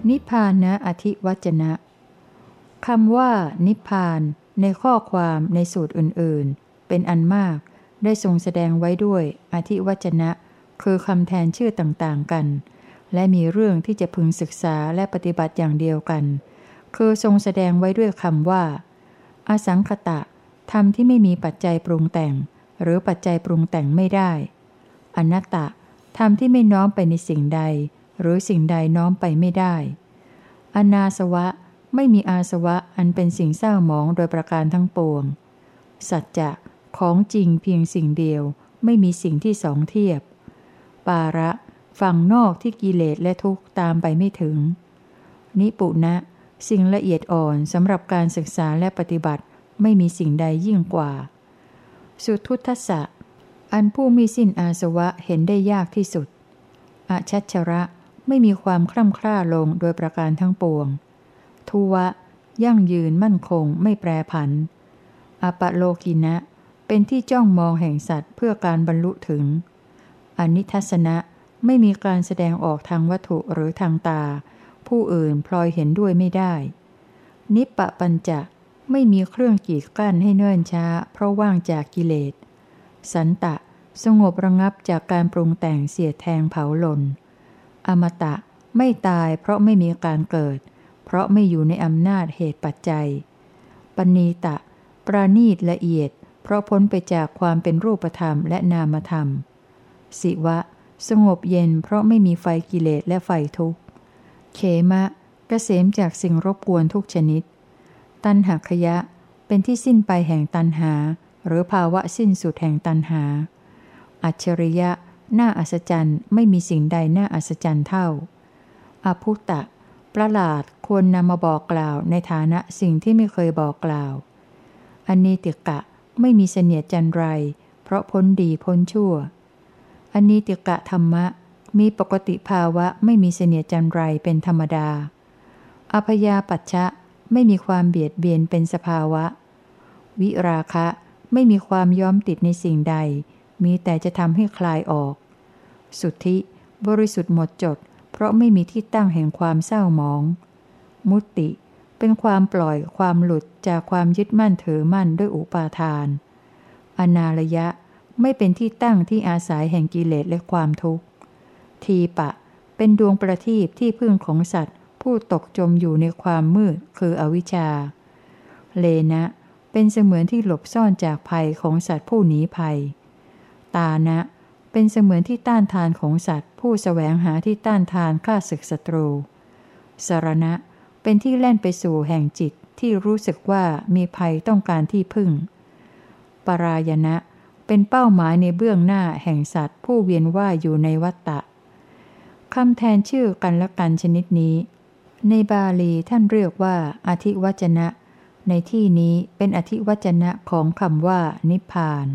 นิพพานะอธิวัจนะคำว่านิพพานในข้อความในสูตรอื่นๆเป็นอันมากได้ทรงแสดงไว้ด้วยอธิวัจนะคือคำแทนชื่อต่างๆกันและมีเรื่องที่จะพึงศึกษาและปฏิบัติอย่างเดียวกันคือทรงแสดงไว้ด้วยคำว่าอสังคตะธรรมที่ไม่มีปัจจัยปรุงแต่งหรือปัจจัยปรุงแต่งไม่ได้อนัตตะธรรมที่ไม่น้อมไปในสิ่งใดหรือสิ่งใดน้อมไปไม่ได้อนาสวะไม่มีอาสวะอันเป็นสิ่งเศร้าหมองโดยประการทั้งปวงสัจจะของจริงเพียงสิ่งเดียวไม่มีสิ่งที่สองเทียบปาระฝั่งนอกที่กิเลสและทุกข์ตามไปไม่ถึงนิปุณะสิ่งละเอียดอ่อนสำหรับการศึกษาและปฏิบัติไม่มีสิ่งใดยิ่งกว่าสุทุทธัสสะอันผู้มีสิ้นอาสวะเห็นได้ยากที่สุดอชัชชระไม่มีความคร่ำคร่าลงโดยประการทั้งปวงทุวะยั่งยืนมั่นคงไม่แปรผันอปโลกินะเป็นที่จ้องมองแห่งสัตว์เพื่อการบรรลุถึงอนิทัสนะไม่มีการแสดงออกทางวัตถุหรือทางตาผู้อื่นพลอยเห็นด้วยไม่ได้นิปปปัญจะไม่มีเครื่องกีดกั้นให้เนิ่นช้าเพราะว่างจากกิเลสสันตะสงบระงับจากการปรุงแต่งเสียดแทงเผาหล่นอมตะไม่ตายเพราะไม่มีการเกิดเพราะไม่อยู่ในอำนาจเหตุปัจจัยปณีตะปราณีตละเอียดเพราะพ้นไปจากความเป็นรูปธรรมและนามธรรมสิวะสงบเย็นเพราะไม่มีไฟกิเลสและไฟทุกข์เขมะเกษมจากสิ่งรบกวนทุกชนิดตัณหคยะเป็นที่สิ้นไปแห่งตัณหาหรือภาวะสิ้นสุดแห่งตัณหาอัจฉริยะน่าอัศจรรย์ไม่มีสิ่งใดน่าอัศจรรย์เท่าอภุตตะประหลาดควรนำมาบอกกล่าวในฐานะสิ่งที่ไม่เคยบอกกล่าวอนีติกะไม่มีเสนียดจันไรเพราะพ้นดีพ้นชั่วอนีติกะธรรมะมีปกติภาวะไม่มีเสนียดจันไรเป็นธรรมดาอพยาปัชชะไม่มีความเบียดเบียนเป็นสภาวะวิราคะไม่มีความย้อมติดในสิ่งใดมีแต่จะทำให้คลายออกสุทธิบริสุทธิ์หมดจดเพราะไม่มีที่ตั้งแห่งความเศร้าหมองมุตติเป็นความปล่อยความหลุดจากความยึดมั่นถือมั่นด้วยอุปาทานอนาลยะไม่เป็นที่ตั้งที่อาศัยแห่งกิเลสและความทุกข์ทีปะเป็นดวงประทีปที่พึ่งของสัตว์ผู้ตกจมอยู่ในความมืดคืออวิชชาเลนะเป็นเสมือนที่หลบซ่อนจากภัยของสัตว์ผู้หนีภัยตานะเป็นเสมือนที่ต้านทานของสัตว์ผู้แสวงหาที่ต้านทานฆ่าศึกศัตรูสรณะเป็นที่แล่นไปสู่แห่งจิตที่รู้สึกว่ามีภัยต้องการที่พึ่งปรายณะเป็นเป้าหมายในเบื้องหน้าแห่งสัตว์ผู้เวียนว่ายอยู่ในวัฏฏะคำแทนชื่อกันและกันชนิดนี้ในบาลีท่านเรียกว่าอธิวัจนะในที่นี้เป็นอธิวัจนะของคำว่านิพพาน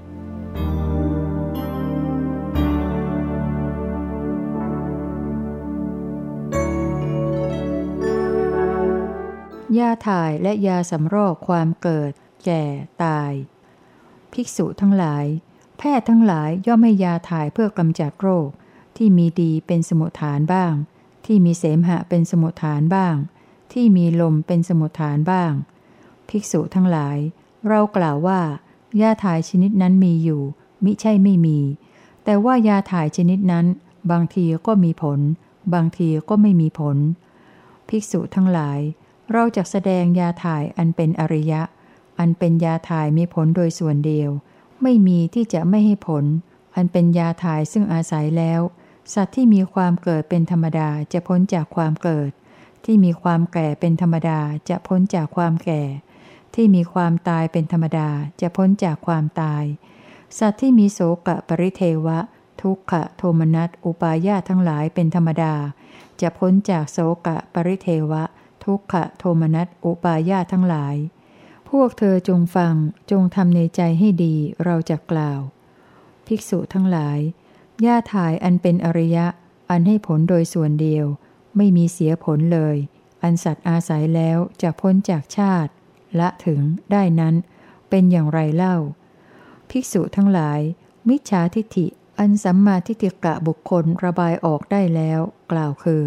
ยาถ่ายและยาสำรอกความเกิดแก่ตายภิกษุทั้งหลายแพทย์ทั้งหลายย่อมให้ยาถ่ายเพื่อกำจัดโรคที่มีดีเป็นสมุฏฐานบ้างที่มีเสมหะเป็นสมุฏฐานบ้างที่มีลมเป็นสมุฏฐานบ้างภิกษุทั้งหลายเรากล่าวว่ายาถ่ายชนิดนั้นมีอยู่มิใช่ไม่มีแต่ว่ายาถ่ายชนิดนั้นบางทีก็มีผลบางทีก็ไม่มีผลภิกษุทั้งหลายเราจะแสดงยาถ่ายอันเป็นอริยะอันเป็นยาถ่ายมีผลโดยส่วนเดียวไม่มีที่จะไม่ให้ผลอันเป็นยาถ่ายซึ่งอาศัยแล้วสัตว์ที่มีความเกิดเป็นธรรมดาจะพ้นจากความเกิดที่มีความแก่เป็นธรรมดาจะพ้นจากความแก่ที่มีความตายเป็นธรรมดาจะพ้นจากความตายสัตว์ที่มีโสกะปริเทวะทุกขะโทมนัสอุปาญาตทั้งหลายเป็นธรรมดาจะพ้นจากโสกะปริเทวะทุกขะโทมนัสอุปาญาตทั้งหลายพวกเธอจงฟังจงทำในใจให้ดีเราจะกล่าวภิกษุทั้งหลายยาถ่ายอันเป็นอริยะอันให้ผลโดยส่วนเดียวไม่มีเสียผลเลยอันสัตว์อาศัยแล้วจะพ้นจากชาติละถึงได้นั้นเป็นอย่างไรเล่าภิกษุทั้งหลายมิจฉาทิฏฐิอันสัมมาทิฏฐิกะบุคคลระบายออกได้แล้วกล่าวคือ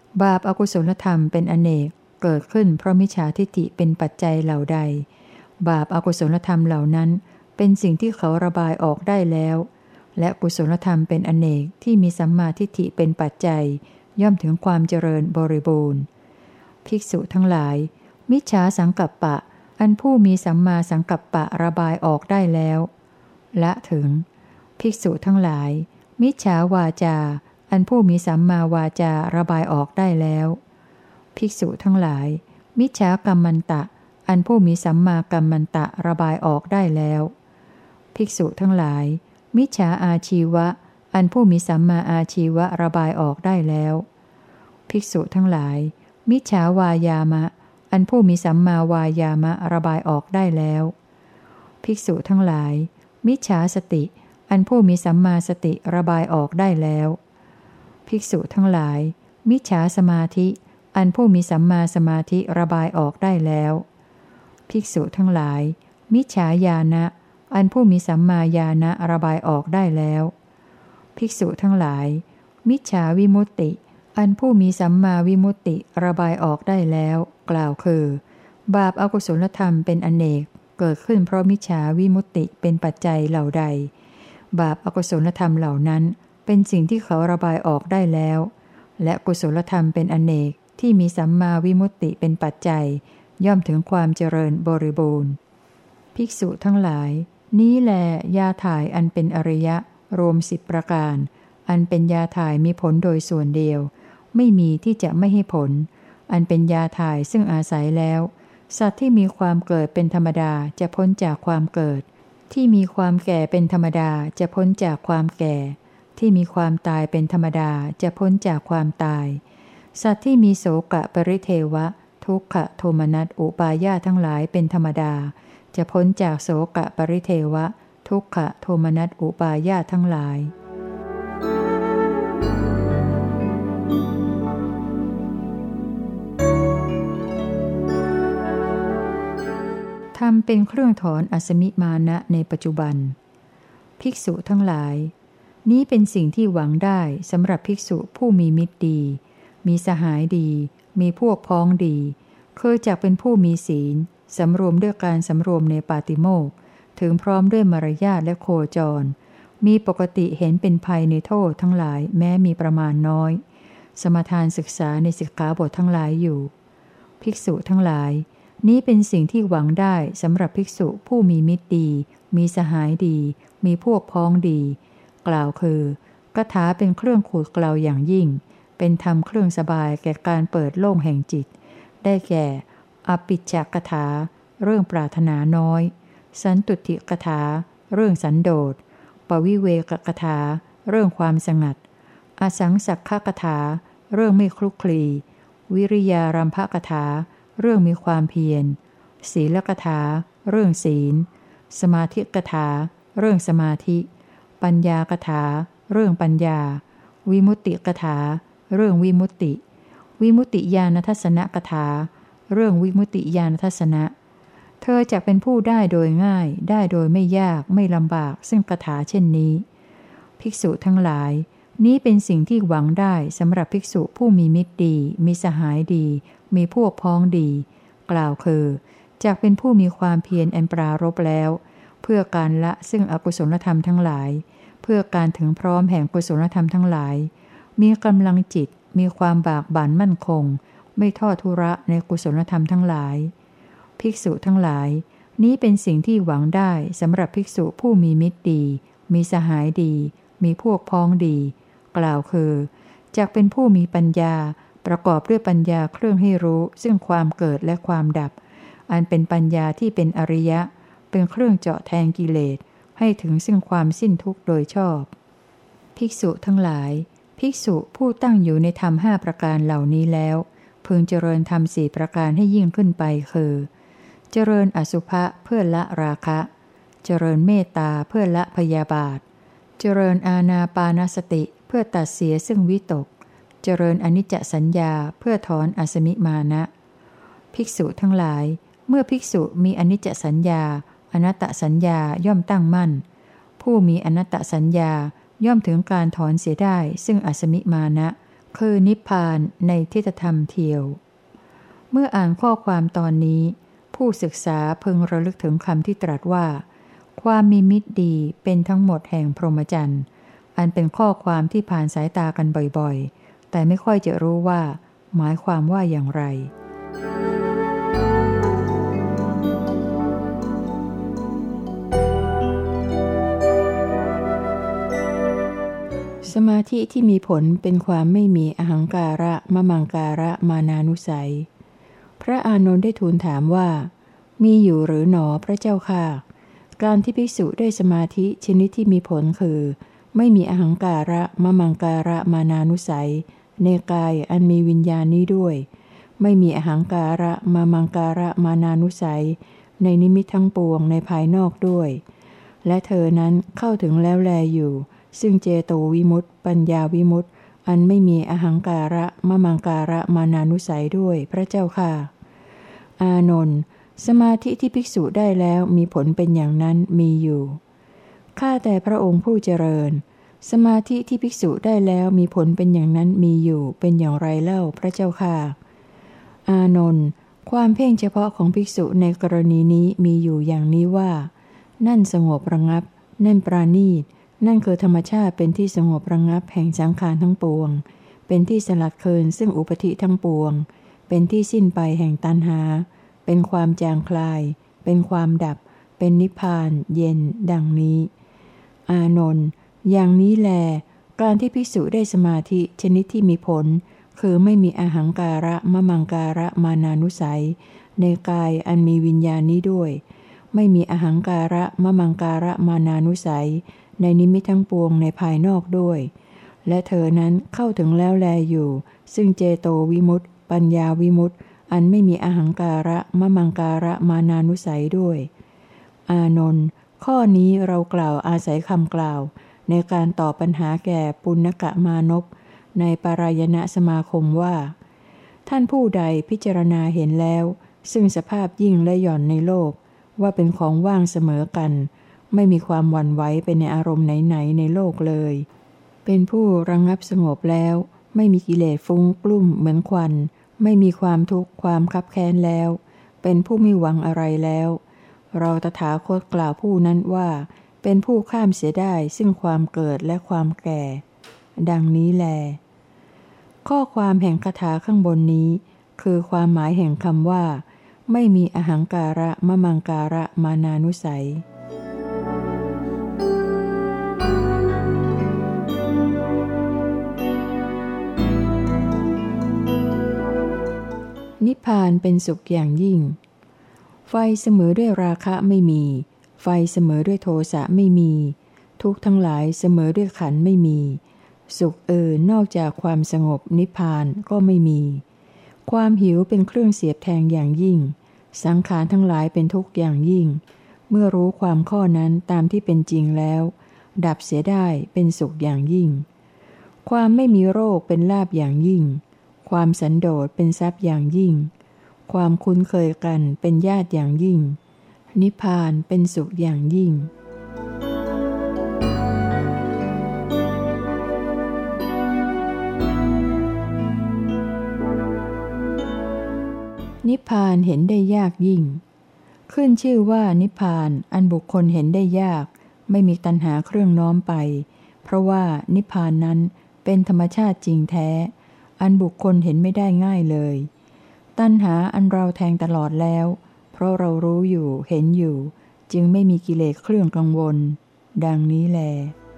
บาปอกุศลธรรมเป็นอเนกเกิดขึ้นเพราะมิจฉาทิฏฐิเป็นปัจจัยเหล่าใดบาปอกุศลธรรมเหล่านั้นเป็นสิ่งที่เขาระบายออกได้แล้วและกุศลธรรมเป็นอเนกที่มีสัมมาทิฏฐิเป็นปัจจัยย่อมถึงความเจริญบริบูรณ์ภิกษุทั้งหลายมิจฉาสังกัปปะอันผู้มีสัมมาสังกัปปะระบายออกได้แล้วละถึงภิกษุทั้งหลายมิจฉาวาจาอันผู้มีสัมมาวาจาระบายออกได้แล้วภิกษุทั้งหลายมิจฉากัมมันตะอันผู้มีสัมมากัมมันตะระบายออกได้แล้วภิกษุทั้งหลายมิจฉาอาชีวะอันผู้มีสัมมาอาชีวะระบายออกได้แล้วภิกษุทั้งหลายมิจฉาวายามะอันผู้มีสัมมาวายามะระบายออกได้แล้วภิกษุทั้งหลายมิจฉาสติอันผู้มีสัมมาสติระบายออกได้แล้วภิกษุทั้งหลายมิจฉาสมาธิอันผู้มีสัมมาสมาธิระบายออกได้แล้วภิกษุทั้งหลายมิจฉาญาณะอันผู้มีสัมมาญาณะระบายออกได้แล้วภิกษุทั้งหลายมิจฉาวิมุตติอันผู้มีสัมมาวิมุตติระบายออกได้แล้วกล่าวคือบาปอกุศลธรรมเป็นอเนกเกิดขึ้นเพราะมิจฉาวิมุตติเป็นปัจจัยเหล่าใดบาปอกุศลธรรมเหล่านั้นเป็นสิ่งที่เขาระบายออกได้แล้วและกุศลธรรมเป็นอเนกที่มีสัมมาวิมุตติเป็นปัจจัยย่อมถึงความเจริญบริบูรณ์ภิกษุทั้งหลายนี้แลยาถ่ายอันเป็นอริยะรวม10ประการอันเป็นยาถ่ายมีผลโดยส่วนเดียวไม่มีที่จะไม่ให้ผลอันเป็นยาถ่ายซึ่งอาศัยแล้วสัตว์ที่มีความเกิดเป็นธรรมดาจะพ้นจากความเกิดที่มีความแก่เป็นธรรมดาจะพ้นจากความแก่ที่มีความตายเป็นธรรมดาจะพ้นจากความตายสัตว์ที่มีโสกะปริเทวะทุกขโทมนัสอุปาญาตทั้งหลายเป็นธรรมดาจะพ้นจากโสกะปริเทวะทุกขโทมนัสอุปาญาตทั้งหลายทำเป็นเครื่องถอนอสมิมานะในปัจจุบันภิกษุทั้งหลายนี้เป็นสิ่งที่หวังได้สำหรับภิกษุผู้มีมิตรดีมีสหายดีมีพวกพ้องดีเคยจักเป็นผู้มีศีลสำรวมด้วยการสำรวมในปาติโมกข์ถึงพร้อมด้วยมารยาทและโคจรมีปกติเห็นเป็นภัยในโทษทั้งหลายแม้มีประมาณน้อยสมทานศึกษาในสิกขาบททั้งหลายอยู่ภิกษุทั้งหลายนี้เป็นสิ่งที่หวังได้สำหรับภิกษุผู้มีมิตรดีมีสหายดีมีพวกพ้องดีกล่าวคือกถาเป็นเครื่องขูดเกลาอย่างยิ่งเป็นธรรมเครื่องสบายแก่การเปิดโล่งแห่งจิตได้แก่อปิจจกถาเรื่องปรารถนาน้อยสันตุติกถาเรื่องสันโดษปวิเวกกถาเรื่องความสงัดอสังสักขกถาเรื่องไม่คลุกคลีวิริยารัมภกถาเรื่องมีความเพียรศีลกถาเรื่องศีลสมาธิกถาเรื่องสมาธิปัญญากถาเรื่องปัญญาวิมุตติกถาเรื่องวิมุตติวิมุตติญาณทัสสนกถาเรื่องวิมุตติญาณทัสสนะเธอจะเป็นผู้ได้โดยง่ายได้โดยไม่ยากไม่ลำบากซึ่งคาถาเช่นนี้ภิกษุทั้งหลายนี้เป็นสิ่งที่หวังได้สำหรับภิกษุผู้มีมิตรดีมีสหายดีมีพวกพ้องดีกล่าวคือจากเป็นผู้มีความเพียรอันปรารภแล้วเพื่อการละซึ่งอกุศลธรรมทั้งหลายเพื่อการถึงพร้อมแห่งกุศลธรรมทั้งหลายมีกำลังจิตมีความบากบั่นมั่นคงไม่ทอดทุระในกุศลธรรมทั้งหลายภิกษุทั้งหลายนี้เป็นสิ่งที่หวังได้สำหรับภิกษุผู้มีมิตรดีมีสหายดีมีพวกพ้องดีกล่าวคือจากเป็นผู้มีปัญญาประกอบด้วยปัญญาเครื่องให้รู้ซึ่งความเกิดและความดับอันเป็นปัญญาที่เป็นอริยะเป็นเครื่องเจาะแทงกิเลสให้ถึงซึ่งความสิ้นทุกข์โดยชอบภิกษุทั้งหลายภิกษุผู้ตั้งอยู่ในธรรม5ประการเหล่านี้แล้วพึงเจริญธรรม4ประการให้ยิ่งขึ้นไปคือเจริญอสุภะเพื่อละราคะเจริญเมตตาเพื่อละพยาบาทเจริญอานาปานสติเพื่อตัดเสียซึ่งวิตกเจริญอนิจจสัญญาเพื่อถอนอสมิมานะภิกษุทั้งหลายเมื่อภิกษุมีอนิจจสัญญาอนัตตสัญญาย่อมตั้งมั่นผู้มีอนัตตสัญญาย่อมถึงการถอนเสียได้ซึ่งอสมิมานะคือนิพพานในทิฏฐธรรมเทียวเมื่ออ่านข้อความตอนนี้ผู้ศึกษาพึงระลึกถึงคำที่ตรัสว่าความมีมิตรดีเป็นทั้งหมดแห่งพรหมจรรย์อันเป็นข้อความที่ผ่านสายตากันบ่อยๆแต่ไม่ค่อยจะรู้ว่าหมายความว่าอย่างไรสมาธิที่มีผลเป็นความไม่มีอหังการะมะมังการะมานานุสัยพระอานนท์ได้ทูลถามว่ามีอยู่หรือหนอพระเจ้าค่ะการที่ภิกษุได้สมาธิชนิดที่มีผลคือไม่มีอหังการะมะมังการะมานานุสัยในกายอันมีวิญญาณนี้ด้วยไม่มีอหังการะมะมังการะมานานุสัยในนิมิตทั้งปวงในภายนอกด้วยและเธอนั้นเข้าถึงแล้วแลอยู่ซึ่งเจโตวิมุตติปัญญาวิมุตติอันไม่มีอหังการะมะมังการะมานานุสัยด้วยพระเจ้าค่ะอานนท์สมาธิที่ภิกษุได้แล้วมีผลเป็นอย่างนั้นมีอยู่ข้าแต่พระองค์ผู้เจริญสมาธิที่ภิกษุได้แล้วมีผลเป็นอย่างนั้นมีอยู่เป็นอย่างไรเล่าพระเจ้าค่ะอานนท์ความเพ่งเฉพาะของภิกษุในกรณีนี้มีอยู่อย่างนี้ว่านั่นสงบระงับนั่นปราณีตนั่นคือธรรมชาติเป็นที่สงบระงับแห่งสังขารทั้งปวงเป็นที่สลัดคืนซึ่งอุปธิทั้งปวงเป็นที่สิ้นไปแห่งตัณหาเป็นความจางคลายเป็นความดับเป็นนิพพานเย็นดังนี้อานนท์อย่างนี้แลการที่ภิกษุได้สมาธิชนิดที่มีผลคือไม่มีอหังการะมะมังการะมานานุสัยในกายอันมีวิญญาณนี้ด้วยไม่มีอหังการะมะมังการะมานานุสัยในนิมิตทั้งปวงในภายนอกด้วยและเธอนั้นเข้าถึงแล้วแลอยู่ซึ่งเจโตวิมุตติปัญญาวิมุตติอันไม่มีอหังการะมะมังการะมานานุสัยด้วยอานนท์ข้อนี้เรากล่าวอาศัยคำกล่าวในการตอบปัญหาแก่ปุณกมานพในปารายณสมาคมว่าท่านผู้ใดพิจารณาเห็นแล้วซึ่งสภาพยิ่งและหย่อนในโลกว่าเป็นของว่างเสมอกันไม่มีความหวั่นไหวไปในอารมณ์ไหนๆในโลกเลยเป็นผู้ระงับสงบแล้วไม่มีกิเลสฟุ้งกลุ่มเหมือนควันไม่มีความทุกข์ความคับแค้นแล้วเป็นผู้ไม่หวังอะไรแล้วเราตถาคตกล่าวผู้นั้นว่าเป็นผู้ข้ามเสียได้ซึ่งความเกิดและความแก่ดังนี้แลข้อความแห่งคาถาข้างบนนี้คือความหมายแห่งคำว่าไม่มีอหังการะมะมังการะมานานุสัยนิพพานเป็นสุขอย่างยิ่งไฟเสมอด้วยราคะไม่มีไฟเสมอด้วยโทสะไม่มีทุกข์ทั้งหลายเสมอด้วยขันธ์ไม่มีสุขอื่นนอกจากความสงบนิพพานก็ไม่มีความหิวเป็นเครื่องเสียบแทงอย่างยิ่งสังขารทั้งหลายเป็นทุกข์อย่างยิ่งเมื่อรู้ความข้อนั้นตามที่เป็นจริงแล้วดับเสียได้เป็นสุขอย่างยิ่งความไม่มีโรคเป็นลาภอย่างยิ่งความสันโดษเป็นทรัพย์อย่างยิ่งความคุ้นเคยกันเป็นญาติอย่างยิ่งนิพพานเป็นสุขอย่างยิ่งนิพพานเห็นได้ยากยิ่งขึ้นชื่อว่านิพพานอันบุคคลเห็นได้ยากไม่มีตัณหาเครื่องน้อมไปเพราะว่านิพพานนั้นเป็นธรรมชาติจริงแท้อันบุคคลเห็นไม่ได้ง่ายเลยตัณหาอันเราแทงตลอดแล้วเพราะเรารู้อยู่เห็นอยู่จึงไม่มีกิเลสเครื่องกังวลดังนี้แล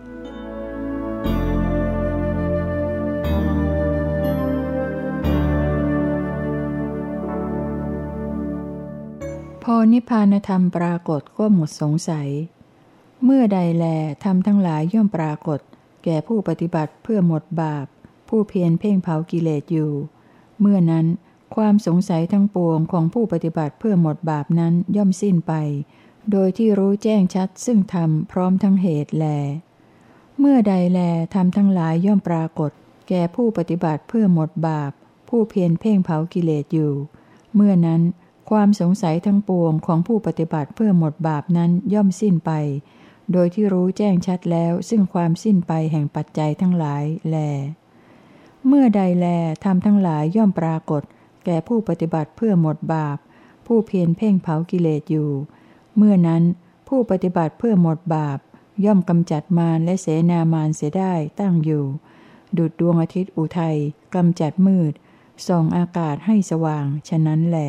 พอนิพพานธรรมปรากฏก็หมดสงสัยเมื่อใดแลธรรมทั้งหลายย่อมปรากฏแก่ผู้ปฏิบัติเพื่อหมดบาปผู้เพียรเพ่งเผากิเลสอยู่เมื่อนั้นความสงสัยทั้งปวงของผู้ปฏิบัติเพื่อหมดบาปนั้นย่อมสิ้นไปโดยที่รู้แจ้งชัดซึ่งธรรมพร้อมทั้งเหตุแลเมื่อใดแลธรรมทั้งหลายย่อมปรากฏแก่ผู้ปฏิบัติเพื่อหมดบาปผู้เพียรเพ่งเผากิเลสอยู่เมื่อนั้นความสงสัยทั้งปวงของผู้ปฏิบัติเพื่อหมดบาปนั้นย่อมสิ้นไปโดยที่รู้แจ้งชัดแล้วซึ่งความสิ้นไปแห่งปัจจัยทั้งหลายแลเมื่อใดแลธรรมทั้งหลายย่อมปรากฏแก่ผู้ปฏิบัติเพื่อหมดบาปผู้เพียรเพ่งเผากิเลสอยู่เมื่อนั้นผู้ปฏิบัติเพื่อหมดบาปย่อมกำจัดมารและเสนามารเสียได้ตั้งอยู่ดุจดวงอาทิตย์อุทัยกำจัดมืดส่องอากาศให้สว่างฉะนั้นแล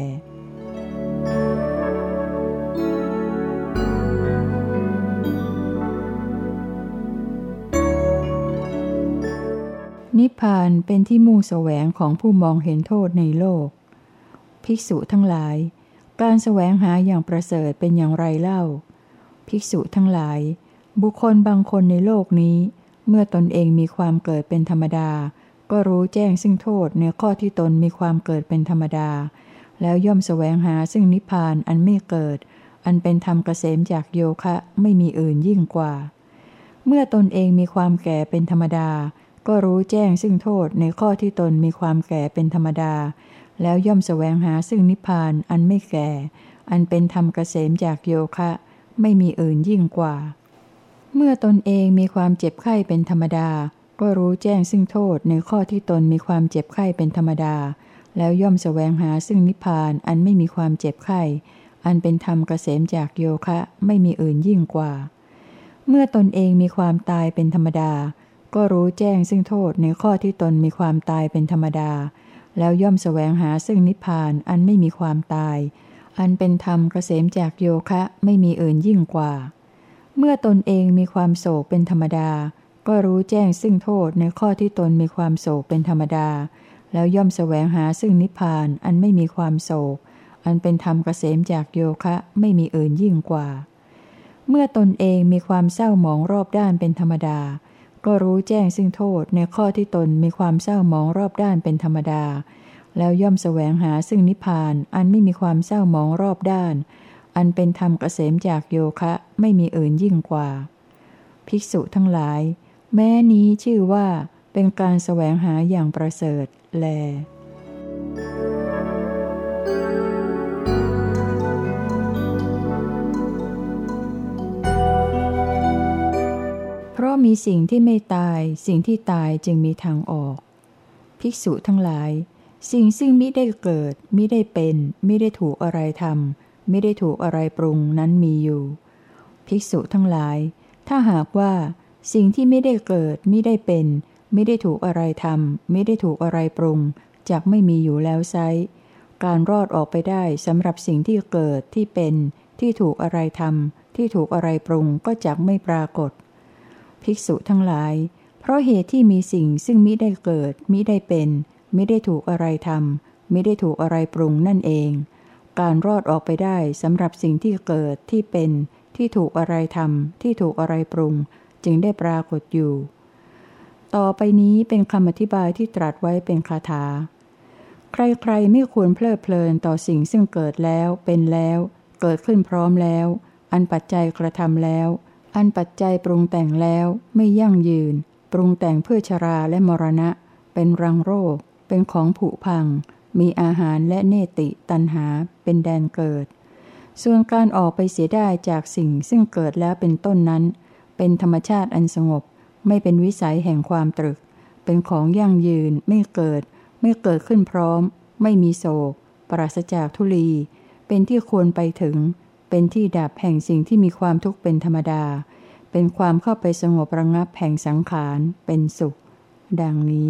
นิพพานเป็นที่มุ่งแสวงของผู้มองเห็นโทษในโลกภิกษุทั้งหลายการแสวงหาอย่างประเสริฐเป็นอย่างไรเล่าภิกษุทั้งหลายบุคคลบางคนในโลกนี้เมื่อตนเองมีความเกิดเป็นธรรมดาก็รู้แจ้งซึ่งโทษในข้อที่ตนมีความเกิดเป็นธรรมดาแล้วย่อมแสวงหาซึ่งนิพพานอันไม่เกิดอันเป็นธรรมเกษมจากโยคะไม่มีอื่นยิ่งกว่าเมื่อตนเองมีความแก่เป็นธรรมดาก็รู้แจ้งซึ่งโทษในข้อที่ตนมีความแก่เป็นธรรมดาแล้วย่อมแสวงหาซึ่งนิพพานอันไม่แก่อันเป็นธรรมเกษมจากโยคะไม่มีอื่นยิ่งกว่าเมื่อตนเองมีความเจ็บไข้เป็นธรรมดาก็รู้แจ้งซึ่งโทษในข้อที่ตนมีความเจ็บไข้เป็นธรรมดาแล้วย่อมแสวงหาซึ่งนิพพานอันไม่มีความเจ็บไข้อันเป็นธรรมเกษมจากโยคะไม่มีอื่นยิ่งกว่าเมื่อตนเองมีความตายเป็นธรรมดาก็รู้แจ้งซึ่งโทษในข้อที่ตนมีความตายเป็นธรรมดาแล้วย่อมแสวงหาซึ่งนิพพานอันไม่มีความตายอันเป็นธรรมเกษมจากโยคะไม่มีอื่นยิ่งกว่าเมื่อตนเองมีความโศกเป็นธรรมดาก็รู้แจ้งซึ่งโทษในข้อที่ตนมีความโศกเป็นธรรมดาแล้วย่อมแสวงหาซึ่งนิพพานอันไม่มีความโศกอันเป็นธรรมเกษมจากโยคะไม่มีอื่นยิ่งกว่าเมื่อตนเองมีความเศร้าหมองรอบด้านเป็นธรรมดาก็รู้แจ้งซึ่งโทษในข้อที่ตนมีความเศร้าหมองรอบด้านเป็นธรรมดาแล้วย่อมแสวงหาซึ่งนิพพานอันไม่มีความเศร้าหมองรอบด้านอันเป็นธรรมเกษมจากโยคะไม่มีอื่นยิ่งกว่าภิกษุทั้งหลายแม้นี้ชื่อว่าเป็นการแสวงหาอย่างประเสริฐแลเพราะมีสิ่งที่ไม่ตายสิ่งที่ตายจึงมีทางออกภิกษุทั้งหลายสิ่งซึ่งมิได้เกิดมิได้เป็นมิได้ถูกอะไรทำมิได้ถูกอะไรปรุงนั้นมีอยู่ภิกษุทั้งหลายถ้าหากว่าสิ่งที่ไม่ได้เกิดมิได้เป็นไม่ได้ถูกอะไรทำไม่ได้ถูกอะไรปรุงจักไม่มีอยู่แล้วไซร้การรอดออกไปได้สำหรับสิ่งที่เกิดที่เป็นที่ถูกอะไรทำที่ถูกอะไรปรุงก็จักไม่ปรากฏภิกษุทั้งหลายเพราะเหตุที่มีสิ่งซึ่งมิได้เกิดมิได้เป็นมิได้ถูกอะไรทำมิได้ถูกอะไรปรุงนั่นเองการรอดออกไปได้สำหรับสิ่งที่เกิดที่เป็นที่ถูกอะไรทำที่ถูกอะไรปรุงจึงได้ปรากฏอยู่ต่อไปนี้เป็นคำอธิบายที่ตรัสไว้เป็นคาถาใครๆไม่ควรเพลิดเพลินต่อสิ่งซึ่งเกิดแล้วเป็นแล้วเกิดขึ้นพร้อมแล้วอันปัจจัยกระทำแล้วอันปัจจัยปรุงแต่งแล้วไม่ยั่งยืนปรุงแต่งเพื่อชราและมรณะเป็นรังโรคเป็นของผุพังมีอาหารและเนติตัณหาเป็นแดนเกิดส่วนการออกไปเสียได้จากสิ่งซึ่งเกิดแล้วเป็นต้นนั้นเป็นธรรมชาติอันสงบไม่เป็นวิสัยแห่งความตรึกเป็นของยั่งยืนไม่เกิดขึ้นพร้อมไม่มีโศกปราศจากทุลีเป็นที่ควรไปถึงเป็นที่ดับแห่งสิ่งที่มีความทุกข์เป็นธรรมดาเป็นความเข้าไปสงบระงับแห่งสังขารเป็นสุขดังนี้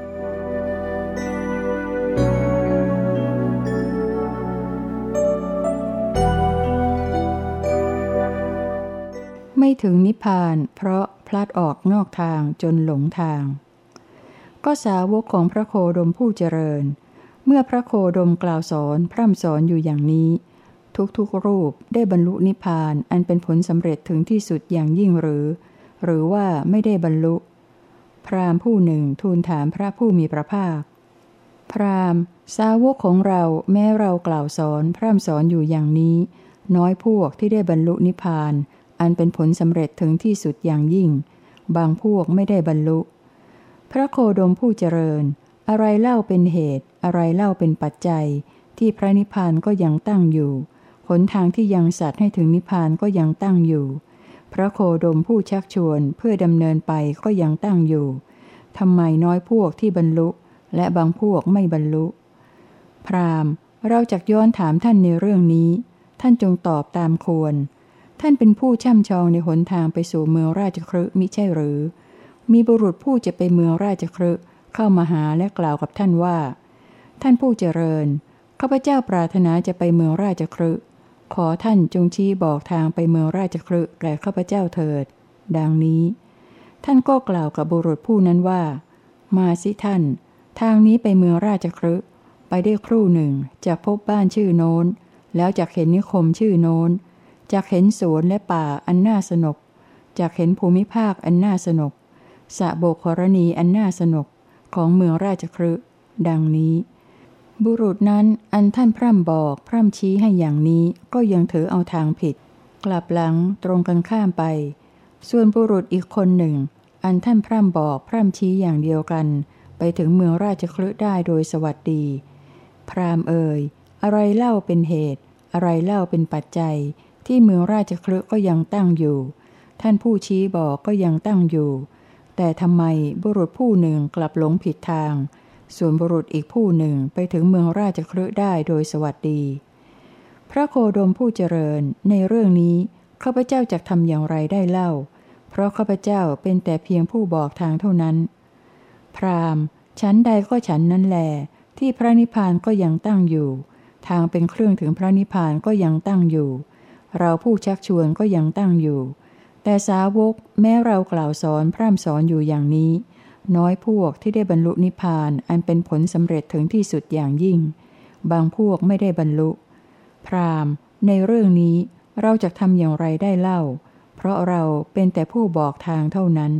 ไม่ถึงนิพพานเพราะพลัดออกนอกทางจนหลงทางก็สาวกของพระโคดมผู้เจริญเมื่อพระโคดมกล่าวสอนพร่ำสอนอยู่อย่างนี้ทุกรูปได้บรรลุนิพพานอันเป็นผลสำเร็จถึงที่สุดอย่างยิ่งหรือว่าไม่ได้บรรลุพราหมณ์ผู้หนึ่งทูลถามพระผู้มีพระภาคพราหมณ์สาวกของเราแม้เรากล่าวสอนพร่ำสอนอยู่อย่างนี้น้อยพวกที่ได้บรรลุนิพพานอันเป็นผลสำเร็จถึงที่สุดอย่างยิ่งบางพวกไม่ได้บรรลุพระโคดมผู้เจริญอะไรเล่าเป็นเหตุอะไรเล่าเป็นปัจจัยที่พระนิพพานก็ยังตั้งอยู่หนทางที่ยังสัตว์ให้ถึงนิพพานก็ยังตั้งอยู่พระโคดมผู้ชักชวนเพื่อดำเนินไปก็ยังตั้งอยู่ทำไมน้อยพวกที่บรรลุและบางพวกไม่บรรลุพราหมณ์เราจักย้อนถามท่านในเรื่องนี้ท่านจงตอบตามควรท่านเป็นผู้ช่ำชองในหนทางไปสู่เมืองราชคฤห์มิใช่หรือมีบุรุษผู้จะไปเมืองราชคฤห์เข้ามาหาและกล่าวกับท่านว่าท่านผู้เจริญข้าพเจ้าปรารถนาจะไปเมืองราชคฤห์ขอท่านจงชี้บอกทางไปเมืองราชคฤห์แก่ข้าพเจ้าเถิดดังนี้ท่านก็กล่าวกับบุรุษผู้นั้นว่ามาสิท่านทางนี้ไปเมืองราชคฤห์ไปได้ครู่หนึ่งจะพบบ้านชื่อโน้นแล้วจะเห็นนิคมชื่อโน้นจะเห็นสวนและป่าอันน่าสนุกจะเห็นภูมิภาคอันน่าสนุกสระโบกขรณีอันน่าสนุกของเมืองราชคฤห์ดังนี้บุรุษนั้นอันท่านพร่ำบอกพร่ำชี้ให้อย่างนี้ก็ยังถือเอาทางผิดกลับหลังตรงกันข้ามไปส่วนบุรุษอีกคนหนึ่งอันท่านพร่ำบอกพร่ำชี้อย่างเดียวกันไปถึงเมืองราชคฤห์ได้โดยสวัสดีพราหมณ์เอ่ยอะไรเล่าเป็นเหตุอะไรเล่าเป็นปัจจัยที่เมืองราชคฤห์ก็ยังตั้งอยู่ท่านผู้ชี้บอกก็ยังตั้งอยู่แต่ทำไมบุรุษผู้หนึ่งกลับหลงผิดทางส่วนบุรุษอีกผู้หนึ่งไปถึงเมืองราชคฤห์ได้โดยสวัสดีพระโคดมผู้เจริญในเรื่องนี้ข้าพเจ้าจะทำอย่างไรได้เล่าเพราะข้าพเจ้าเป็นแต่เพียงผู้บอกทางเท่านั้นพราหมณ์ฉันใดก็ฉันนั้นแลที่พระนิพพานก็ยังตั้งอยู่ทางเป็นเครื่องถึงพระนิพพานก็ยังตั้งอยู่เราผู้ชักชวนก็ยังตั้งอยู่แต่สาวกแม้เรากล่าวสอนพร่ำสอนอยู่อย่างนี้น้อยพวกที่ได้บรรลุนิพพานอันเป็นผลสำเร็จถึงที่สุดอย่างยิ่งบางพวกไม่ได้บรรลุพราหมณ์ในเรื่องนี้เราจะทำอย่างไรได้เล่าเพราะเราเป็นแต่ผู้บอกทางเท่านั้น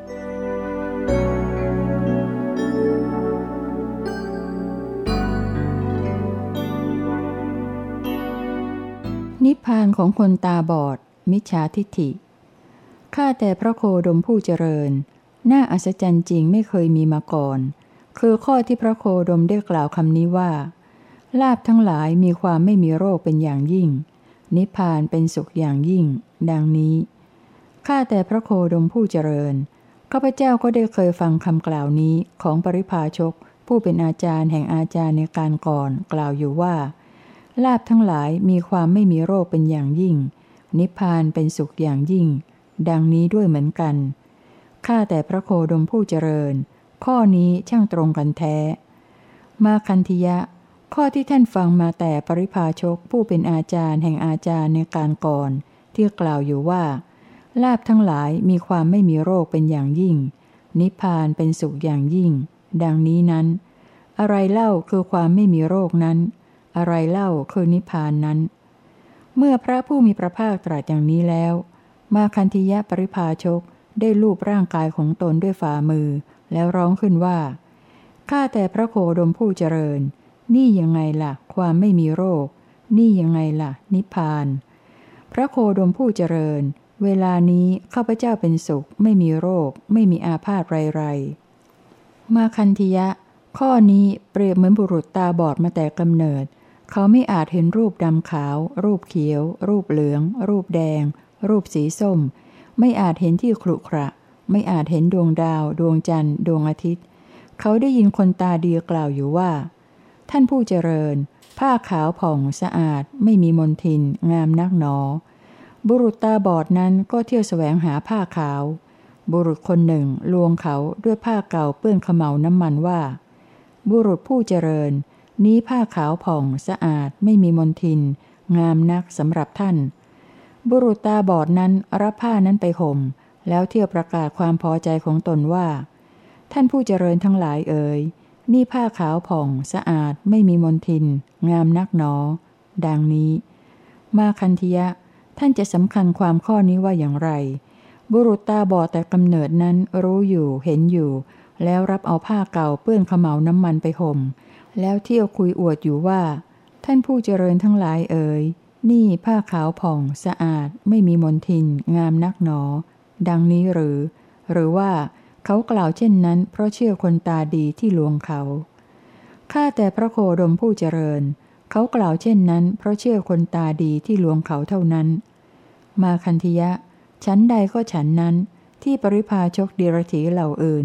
นิพพานของคนตาบอดมิจฉาทิฏฐิข้าแต่พระโคดมผู้เจริญน่าอัศจรรย์จริงไม่เคยมีมาก่อนคือข้อที่พระโคดมได้กล่าวคำนี้ว่าลาภทั้งหลายมีความไม่มีโรคเป็นอย่างยิ่งนิพพานเป็นสุขอย่างยิ่งดังนี้ข้าแต่พระโคดมผู้เจริญข้าพเจ้าก็ได้เคยฟังคำกล่าวนี้ของปริภาชกผู้เป็นอาจารย์แห่งอาจารย์ในการก่อนกล่าวอยู่ว่าลาภทั้งหลายมีความไม่มีโรคเป็นอย่างยิ่งนิพพานเป็นสุขอย่างยิ่งดังนี้ด้วยเหมือนกันข้าแต่พระโคดมผู้เจริญข้อนี้ช่างตรงกันแท้มาคันธิยะข้อที่ท่านฟังมาแต่ปริภาชกผู้เป็นอาจารย์แห่งอาจารย์ในการก่อนที่กล่าวอยู่ว่าลาภทั้งหลายมีความไม่มีโรคเป็นอย่างยิ่งนิพพานเป็นสุขอย่างยิ่งดังนี้นั้นอะไรเล่าคือความไม่มีโรคนั้นอะไรเล่าคือนิพพานนั้นเมื่อพระผู้มีพระภาคตรัสอย่างนี้แล้วมาคันธิยะปริภาชกได้ลูบร่างกายของตนด้วยฝ่ามือแล้วร้องขึ้นว่าข้าแต่พระโคดมผู้เจริญนี่ยังไงล่ะความไม่มีโรคนี่ยังไงล่ะนิพพานพระโคดมผู้เจริญเวลานี้ข้าพเจ้าเป็นสุขไม่มีโรคไม่มีอาพาธไรๆมาคันธิยะข้อนี้เปรียบเหมือนบุรุษตาบอดมาแต่กำเนิดเขาไม่อาจเห็นรูปดำขาวรูปเขียวรูปเหลืองรูปแดงรูปสีส้มไม่อาจเห็นที่ขรุขระไม่อาจเห็นดวงดาวดวงจันทร์ดวงอาทิตย์เขาได้ยินคนตาดีกล่าวอยู่ว่าท่านผู้เจริญผ้าขาวผ่องสะอาดไม่มีมลทินงามนักหนอบุรุษตาบอดนั้นก็เที่ยวแสวงหาผ้าขาวบุรุษคนหนึ่งลวงเขาด้วยผ้าเก่าเปื้อนเขม่าน้ำมันว่าบุรุษผู้เจริญนี้ผ้าขาวผ่องสะอาดไม่มีมลทินงามนักสำหรับท่านบุรุษตาบอดนั้นรับผ้านั้นไปห่มแล้วเที่ยวประกาศความพอใจของตนว่าท่านผู้เจริญทั้งหลายเอ๋ยนี่ผ้าขาวผ่องสะอาดไม่มีมลทินงามนักหนอดังนี้มาคันธิยะท่านจะสำคัญความข้อนี้ว่าอย่างไรบุรุษตาบอดแต่กำเนิดนั้นรู้อยู่เห็นอยู่แล้วรับเอาผ้าเก่าเปื้อนเขม่าน้ำมันไปห่มแล้วเที่ยวคุยอวดอยู่ว่าท่านผู้เจริญทั้งหลายเอ๋ยนี่ผ้าขาวผ่องสะอาดไม่มีมลทินงามนักหนอดังนี้หรือว่าเขากล่าวเช่นนั้นเพราะเชื่อคนตาดีที่ลวงเขาข้าแต่พระโคดมผู้เจริญเขากล่าวเช่นนั้นเพราะเชื่อคนตาดีที่ลวงเขาเท่านั้นมาคันธิยะฉันใดก็ฉันนั้นที่ปริภาชกเดรัจฉีเหล่าอื่น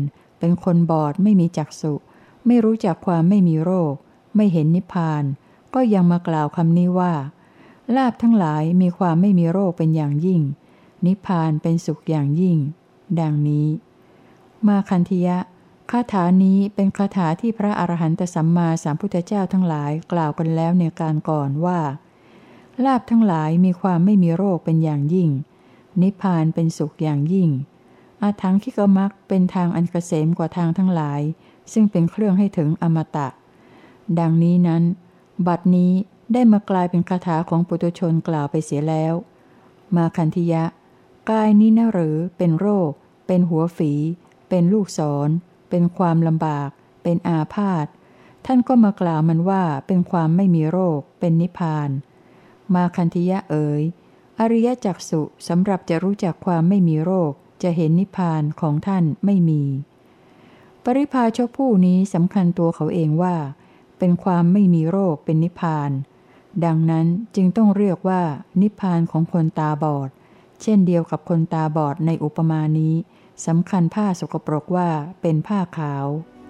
เป็นคนบอดไม่มีจักษุไม่รู้จักความไม่มีโรคไม่เห็นนิพพานก็ยังมากล่าวคำนี้ว่าลาภทั้งหลายมีความไม่มีโรคเป็นอย่างยิ่งนิพพานเป็นสุขอย่างยิ่งดังนี้มาคันธิยะคาถานี้เป็นคาถาที่พระอรหันตสัมมาสัมพุทธเจ้าทั้งหลายกล่าวกันแล้วในการก่อนว่าลาภทั้งหลายมีความไม่มีโรคเป็นอย่างยิ่งนิพพานเป็นสุขอย่างยิ่งอาถังคิกมักเป็นทางอันเกษมกว่าทางทั้งหลายซึ่งเป็นเครื่องให้ถึงอมตะดังนี้นั้นบัดนี้ได้มากลายเป็นคาถาของปุถุชนกล่าวไปเสียแล้วมาคันธิยะกายนี้นะหรือเป็นโรคเป็นหัวฝีเป็นลูกศรเป็นความลำบากเป็นอาพาธท่านก็มากล่าวมันว่าเป็นความไม่มีโรคเป็นนิพพานมาคันธิยะเอ๋ยอริยจักษุสำหรับจะรู้จักความไม่มีโรคจะเห็นนิพพานของท่านไม่มีปริพาชกผู้นี้สำคัญตัวเขาเองว่าเป็นความไม่มีโรคเป็นนิพพานดังนั้นจึงต้องเรียกว่านิพพานของคนตาบอดเช่นเดียวกับคนตาบอดในอุปมานี้สำคัญผ้าสกปรกว่าเป็นผ้าขาว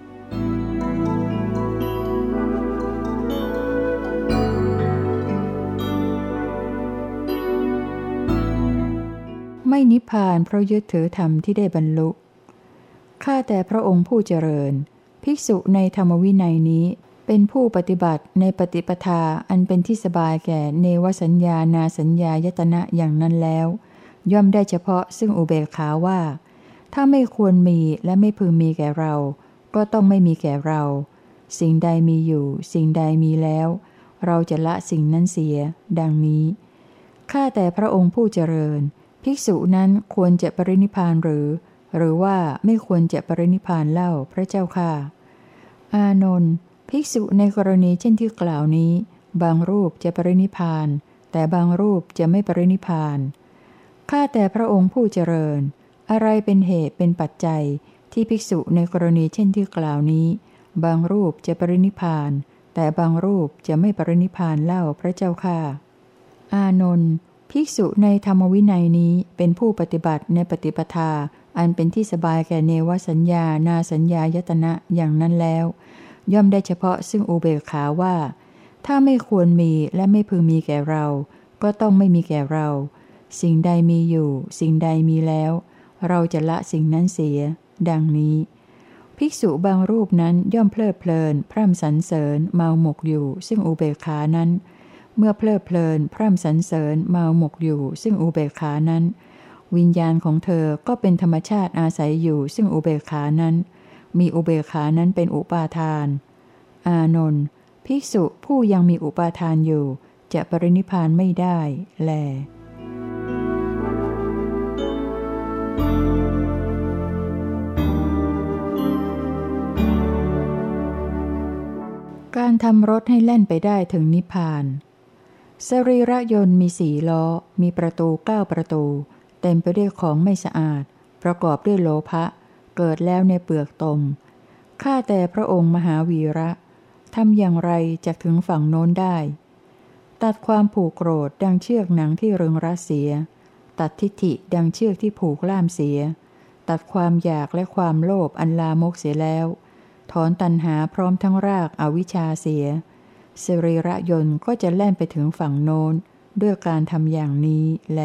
ไม่นิพพานเพราะยึดถือธรรมที่ได้บรรลุข้าแต่พระองค์ผู้เจริญภิกษุในธรรมวินัยนี้เป็นผู้ปฏิบัติในปฏิปทาอันเป็นที่สบายแก่เนวสัญญานาสัญญายตนะอย่างนั้นแล้วย่อมได้เฉพาะซึ่งอุเบกขาว่าถ้าไม่ควรมีและไม่พึงมีแก่เราก็ต้องไม่มีแก่เราสิ่งใดมีอยู่สิ่งใดมีแล้วเราจะละสิ่งนั้นเสียดังนี้ข้าแต่พระองค์ผู้เจริญภิกษุนั้นควรจะปรินิพพานหรือว่าไม่ควรจะปรินิพพานเล่าพระเจ้าค่ะอานนท์ภิกษุในกรณีเช่นที่กล่าวนี้บางรูปจะปรินิพพานแต่บางรูปจะไม่ปรินิพพานข้าแต่พระองค์ผู้เจริญอะไรเป็นเหตุเป็นปัจจัยที่ภิกษุในกรณีเช่นที่กล่าวนี้บางรูปจะปรินิพพานแต่บางรูปจะไม่ปรินิพพานเล่าพระเจ้าค่ะอานนท์ภิกษุในธรรมวินัยนี้เป็นผู้ปฏิบัติในปฏิปทาอันเป็นที่สบายแก่เนวสัญญานาสัญญายตนะอย่างนั้นแล้วย่อมได้เฉพาะซึ่งอุเบกขาว่าถ้าไม่ควรมีและไม่พึงมีแก่เราก็ต้องไม่มีแก่เราสิ่งใดมีอยู่สิ่งใดมีแล้วเราจะละสิ่งนั้นเสียดังนี้ภิกษุบางรูปนั้นย่อมเพลิดเพลินพร่ำสรรเสริญเมาหมกอยู่ซึ่งอุเบกขานั้นเมื่อเพลิดเพลินพร่ำสรรเสริญเมาหมกอยู่ซึ่งอุเบกขานั้นวิญญาณของเธอก็เป็นธรรมชาติอาศัยอยู่ซึ่งอุเบกขานั้นมีอุเบกขานั้นเป็นอุปาทานอานนท์ภิกษุผู้ยังมีอุปาทานอยู่จะปรินิพพานไม่ได้แลการทำรถให้แล่นไปได้ถึงนิพพานสรีระยนต์มี4 ล้อมีประตู9 ประตูเต็มไปด้วยของไม่สะอาดประกอบด้วยโลภะเกิดแล้วในเปลือกตมข้าแต่พระองค์มหาวีระทำอย่างไรจะถึงฝั่งโน้นได้ตัดความผูกโกรธดังเชือกหนังที่รึงรัดเสียตัดทิฏฐิดังเชือกที่ผูกล่ามเสียตัดความอยากและความโลภอันลามกเสียแล้วถอนตัณหาพร้อมทั้งรากอวิชชาเสียสรีระยนต์ก็จะแล่นไปถึงฝั่งโน้นด้วยการทำอย่างนี้แล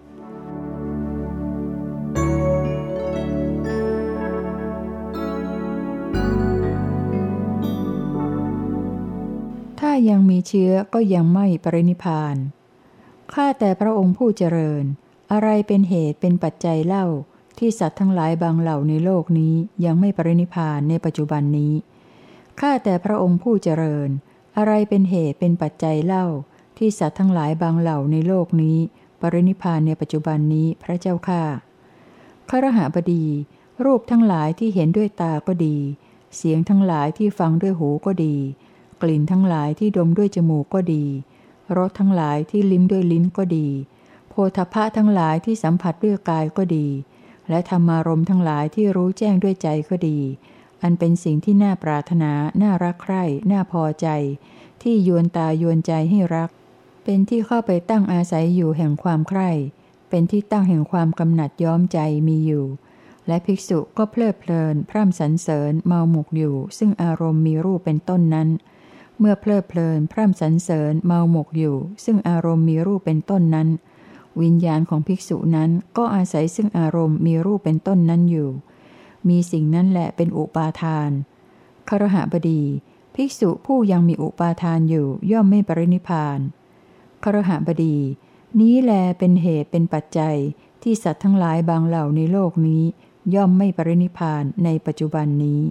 ถ้ายังมีเชื้อก็ยังไม่ปรินิพพานข้าแต่พระองค์ผู้เจริญอะไรเป็นเหตุเป็นปัจจัยเล่าที่สัตว์ทั้งหลายบางเหล่าในโลกนี้ยังไม่ปรินิพพานในปัจจุบันนี้ข้าแต่พระองค์ผู้เจริญอะไรเป็นเหตุเป็นปัจจัยเล่าที่สัตว์ทั้งหลายบางเหล่าในโลกนี้ปรินิพพานในปัจจุบันนี้พระเจ้าข้าคฤหบดีรูปทั้งหลายที่เห็นด้วยตาก็ดีเสียงทั้งหลายที่ฟังด้วยหูก็ดีกลิ่นทั้งหลายที่ดมด้วยจมูกก็ดีรสทั้งหลายที่ลิ้มด้วยลิ้นก็ดีโผฏฐัพพะทั้งหลายที่สัมผัสด้วยกายก็ดีและธรรมารมณ์ทั้งหลายที่รู้แจ้งด้วยใจก็ดีอันเป็นสิ่งที่น่าปรารถนาน่ารักใคร่น่าพอใจที่ยวนตายวนใจให้รักเป็นที่เข้าไปตั้งอาศัยอยู่แห่งความใคร่เป็นที่ตั้งแห่งความกำหนัดย้อมใจมีอยู่และภิกษุก็เพลิดเพลินพร่ำสรรเสริญเมาหมกอยู่ซึ่งอารมณ์มีรูปเป็นต้นนั้นเมื่อเพลิดเพลินพร่ำสรรเสริญเมาหมกอยู่ซึ่งอารมณ์มีรูปเป็นต้นนั้นวิญญาณของภิกษุนั้นก็อาศัยซึ่งอารมณ์มีรูปเป็นต้นนั้นอยู่มีสิ่งนั้นแหละเป็นอุปาทานคฤหบดีภิกษุผู้ยังมีอุปาทานอยู่ย่อมไม่ปรินิพพานคฤหบดีนี้แลเป็นเหตุเป็นปัจจัยที่สัตว์ทั้งหลายบางเหล่าในโลกนี้ย่อมไม่ปรินิพพานในปัจจุบันนี้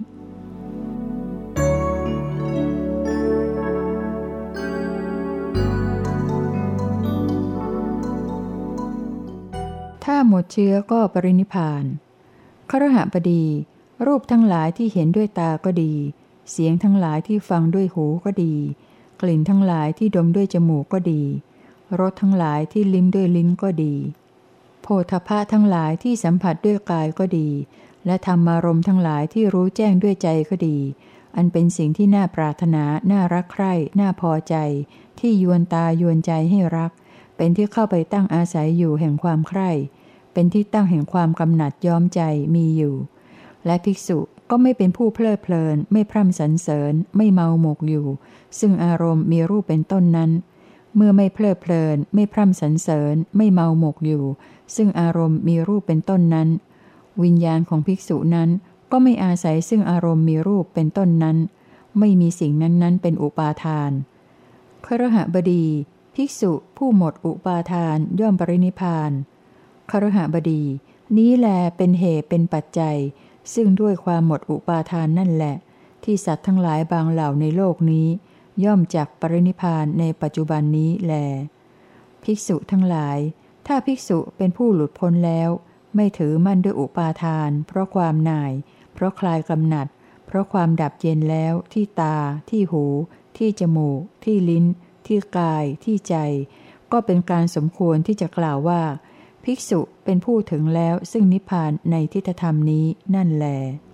ถ้าหมดเชื้อก็ปรินิพพานคฤหบดีรูปทั้งหลายที่เห็นด้วยตาก็ดีเสียงทั้งหลายที่ฟังด้วยหูก็ดีกลิ่นทั้งหลายที่ดมด้วยจมูกก็ดีรสทั้งหลายที่ลิ้มด้วยลิ้นก็ดีโผฏฐัพพะทั้งหลายที่สัมผัสด้วยกายก็ดีและธรรมารมณ์ทั้งหลายที่รู้แจ้งด้วยใจก็ดีอันเป็นสิ่งที่น่าปรารถนาน่ารักใคร่น่าพอใจที่ยวนตายวนใจให้รักเป็นที่เข้าไปตั้งอาศัยอยู่แห่งความใคร่เป็นที่ตั้งแห่งความกำหนัดย้อมใจมีอยู่และภิกษุก็ไม่เป็นผู้เพลิดเพลินไม่พร่ำสรรเสริญไม่เมาหมกอยู่ซึ่งอารมณ์มีรูปเป็นต้นนั้นเมื่อไม่เพลิดเพลินไม่พร่ำสรรเสริญไม่เมาหมกอยู่ซึ่งอารมณ์มีรูปเป็นต้นนั้นวิญญาณของภิกษุนั้นก็ไม่อาศัยซึ่งอารมณ์มีรูปเป็นต้นนั้นไม่มีสิ่งนั้นเป็นอุปาทานคฤหบดีภิกษุผู้หมดอุปาทานย่อมปรินิพพานคฤหบดีนี้แลเป็นเหตุเป็นปัจจัยซึ่งด้วยความหมดอุปาทานนั่นแหละที่สัตว์ทั้งหลายบางเหล่าในโลกนี้ย่อมจักปรินิพพานในปัจจุบันนี้แลภิกษุทั้งหลายถ้าภิกษุเป็นผู้หลุดพ้นแล้วไม่ถือมั่นด้วยอุปาทานเพราะความหน่ายเพราะคลายกำหนัดเพราะความดับเย็นแล้วที่ตาที่หูที่จมูกที่ลิ้นที่กายที่ใจก็เป็นการสมควรที่จะกล่าวว่าภิกษุเป็นผู้ถึงแล้วซึ่งนิพพานในทิฏฐธรรมนี้นั่นแล